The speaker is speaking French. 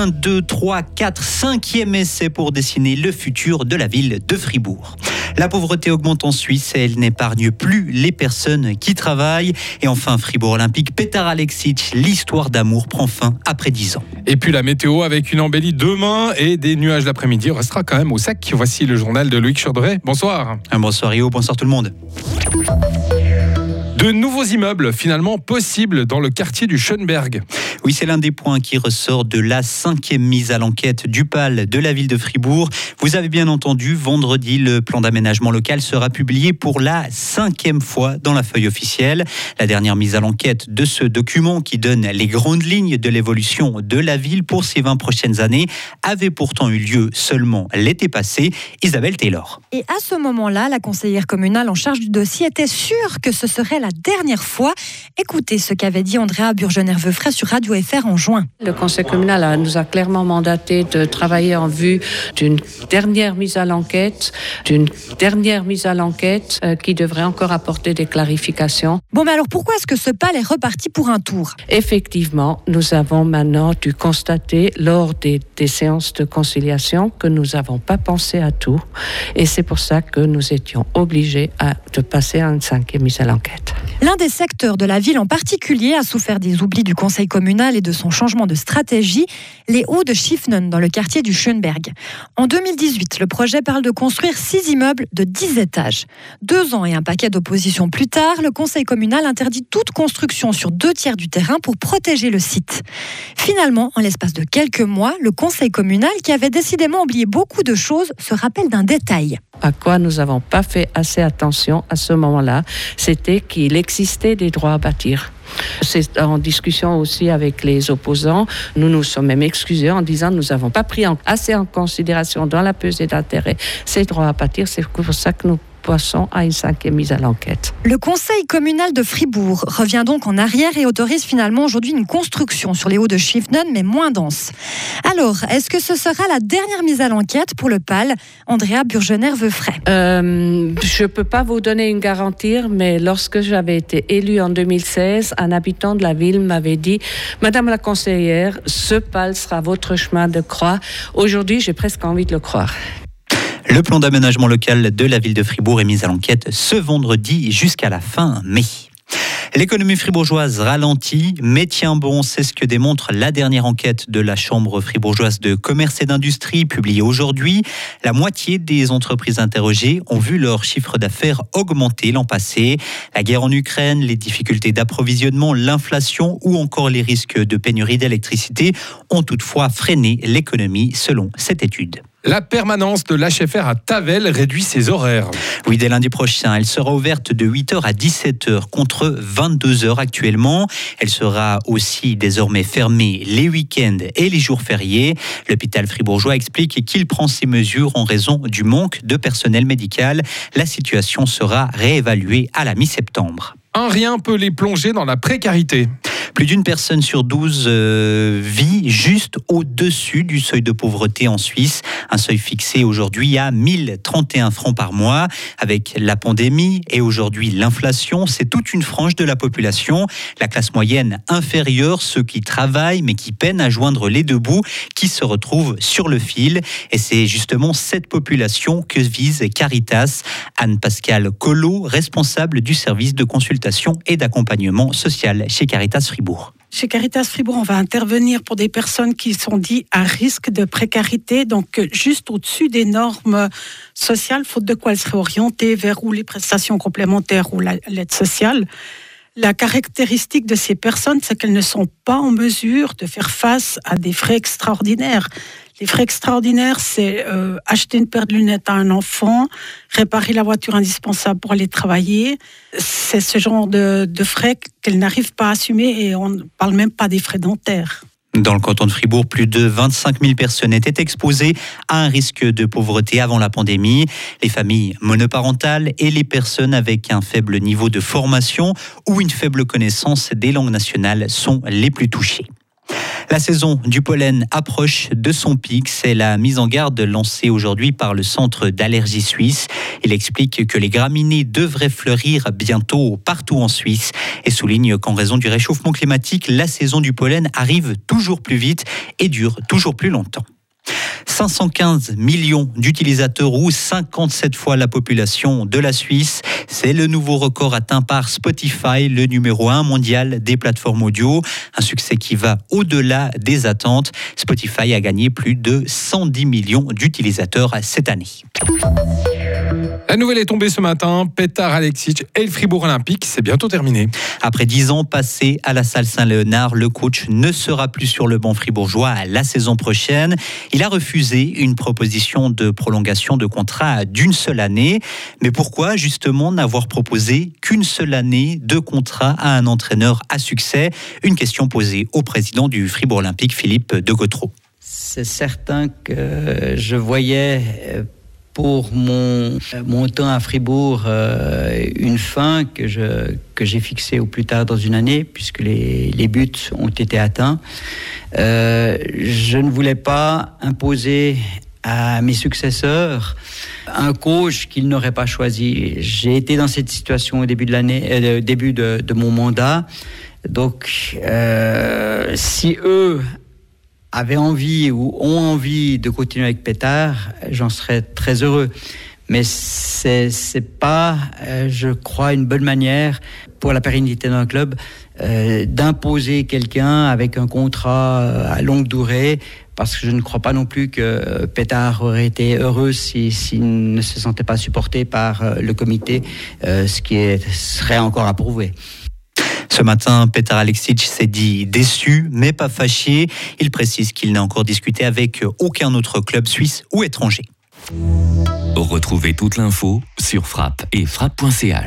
1, 2, 3, 4, 5e essai pour dessiner le futur de la ville de Fribourg. La pauvreté augmente en Suisse et elle n'épargne plus les personnes qui travaillent. Et enfin, Fribourg Olympique, Petar Aleksic, l'histoire d'amour prend fin après 10 ans. Et puis la météo avec une embellie demain et des nuages l'après-midi. On restera quand même au sec. Voici le journal de Loïc Chorderet. Bonsoir. Bonsoir Rio, bonsoir tout le monde. De nouveaux immeubles finalement possibles dans le quartier du Schönberg. Oui, c'est l'un des points qui ressort de la 5e mise à l'enquête du PAL de la ville de Fribourg. Vous avez bien entendu, vendredi, le plan d'aménagement local sera publié pour la 5e fois dans la feuille officielle. La dernière mise à l'enquête de ce document qui donne les grandes lignes de l'évolution de la ville pour ces 20 prochaines années avait pourtant eu lieu seulement l'été passé. Isabelle Taylor. Et à ce moment-là, la conseillère communale en charge du dossier était sûre que ce serait la dernière fois. Écoutez ce qu'avait dit Andrea Burgener-Veufray sur Radio FR en juin. Le conseil communal nous a clairement mandaté de travailler en vue d'une dernière mise à l'enquête, qui devrait encore apporter des clarifications. Bon, mais alors pourquoi est-ce que ce PAL est reparti pour un tour ? Effectivement, nous avons maintenant dû constater lors des séances de conciliation que nous n'avons pas pensé à tout. Et c'est pour ça que nous étions obligés de passer à une 5e mise à l'enquête. L'un des secteurs de la ville en particulier a souffert des oublis du conseil communal et de son changement de stratégie, les Hauts de Schiffnen dans le quartier du Schönberg. En 2018, le projet parle de construire 6 immeubles de 10 étages. 2 ans et un paquet d'opposition plus tard, le conseil communal interdit toute construction sur 2/3 du terrain pour protéger le site. Finalement, en l'espace de quelques mois, le conseil communal, qui avait décidément oublié beaucoup de choses, se rappelle d'un détail. À quoi nous n'avons pas fait assez attention à ce moment-là, c'était qu'il existait des droits à bâtir. C'est en discussion aussi avec les opposants. Nous nous sommes même excusés en disant que nous n'avons pas pris assez en considération dans la pesée d'intérêt ces droits à bâtir. C'est pour ça que nous passons à une 5e mise à l'enquête. Le conseil communal de Fribourg revient donc en arrière et autorise finalement aujourd'hui une construction sur les Hauts de Schiffnen, mais moins dense. Alors, est-ce que ce sera la dernière mise à l'enquête pour le PAL ? Andrea Burgener-Veufray. Je ne peux pas vous donner une garantie, mais lorsque j'avais été élue en 2016, un habitant de la ville m'avait dit « Madame la conseillère, ce PAL sera votre chemin de croix ». Aujourd'hui, j'ai presque envie de le croire. Le plan d'aménagement local de la ville de Fribourg est mis à l'enquête ce vendredi jusqu'à la fin mai. L'économie fribourgeoise ralentit, mais tient bon, c'est ce que démontre la dernière enquête de la Chambre fribourgeoise de commerce et d'industrie publiée aujourd'hui. La moitié des entreprises interrogées ont vu leur chiffre d'affaires augmenter l'an passé. La guerre en Ukraine, les difficultés d'approvisionnement, l'inflation ou encore les risques de pénurie d'électricité ont toutefois freiné l'économie selon cette étude. La permanence de l'HFR à Tavel réduit ses horaires. Oui, dès lundi prochain, elle sera ouverte de 8h à 17h contre 22h actuellement. Elle sera aussi désormais fermée les week-ends et les jours fériés. L'hôpital fribourgeois explique qu'il prend ces mesures en raison du manque de personnel médical. La situation sera réévaluée à la mi-septembre. Un rien peut les plonger dans la précarité. Plus d'une personne sur 12 vit juste au-dessus du seuil de pauvreté en Suisse. Un seuil fixé aujourd'hui à 1031 francs par mois. Avec la pandémie et aujourd'hui l'inflation, c'est toute une frange de la population. La classe moyenne inférieure, ceux qui travaillent mais qui peinent à joindre les deux bouts, qui se retrouvent sur le fil. Et c'est justement cette population que vise Caritas. Anne-Pascale Collot, responsable du service de consultation et d'accompagnement social chez Caritas Fribourg. Chez Caritas Fribourg, on va intervenir pour des personnes qui sont dites à risque de précarité, donc juste au-dessus des normes sociales, faute de quoi elles seraient orientées vers ou les prestations complémentaires ou l'aide sociale. La caractéristique de ces personnes, c'est qu'elles ne sont pas en mesure de faire face à des frais extraordinaires. Les frais extraordinaires, c'est acheter une paire de lunettes à un enfant, réparer la voiture indispensable pour aller travailler. C'est ce genre de frais qu'elles n'arrivent pas à assumer et on ne parle même pas des frais dentaires. Dans le canton de Fribourg, plus de 25 000 personnes étaient exposées à un risque de pauvreté avant la pandémie. Les familles monoparentales et les personnes avec un faible niveau de formation ou une faible connaissance des langues nationales sont les plus touchées. La saison du pollen approche de son pic. C'est la mise en garde lancée aujourd'hui par le Centre d'allergie suisse. Il explique que les graminées devraient fleurir bientôt partout en Suisse et souligne qu'en raison du réchauffement climatique, la saison du pollen arrive toujours plus vite et dure toujours plus longtemps. 515 millions d'utilisateurs ou 57 fois la population de la Suisse. C'est le nouveau record atteint par Spotify, le numéro 1 mondial des plateformes audio. Un succès qui va au-delà des attentes. Spotify a gagné plus de 110 millions d'utilisateurs cette année. La nouvelle est tombée ce matin. Petar Aleksic et le Fribourg Olympique, c'est bientôt terminé. Après 10 ans passés à la salle Saint-Léonard, le coach ne sera plus sur le banc fribourgeois la saison prochaine. Il a refusé une proposition de prolongation de contrat d'une seule année. Mais pourquoi justement n'avoir proposé qu'une seule année de contrat à un entraîneur à succès? Une question posée au président du Fribourg Olympique, Philippe de Gautreau. C'est certain que je voyais pour mon temps à Fribourg une fin que j'ai fixée au plus tard dans une année, puisque les buts ont été atteints. Je ne voulais pas imposer à mes successeurs un coach qu'ils n'auraient pas choisi. J'ai été dans cette situation au début de l'année, début de mon mandat. Donc, si eux avaient envie ou ont envie de continuer avec Petar, j'en serais très heureux. Mais c'est pas, je crois, une bonne manière pour la pérennité d'un club d'imposer quelqu'un avec un contrat à longue durée, parce que je ne crois pas non plus que Petar aurait été heureux s'il ne se sentait pas supporté par le comité, ce qui serait encore à prouver. Ce matin, Petar Aleksic s'est dit déçu, mais pas fâché. Il précise qu'il n'a encore discuté avec aucun autre club suisse ou étranger. Retrouvez toute l'info sur frappe et frappe.ch.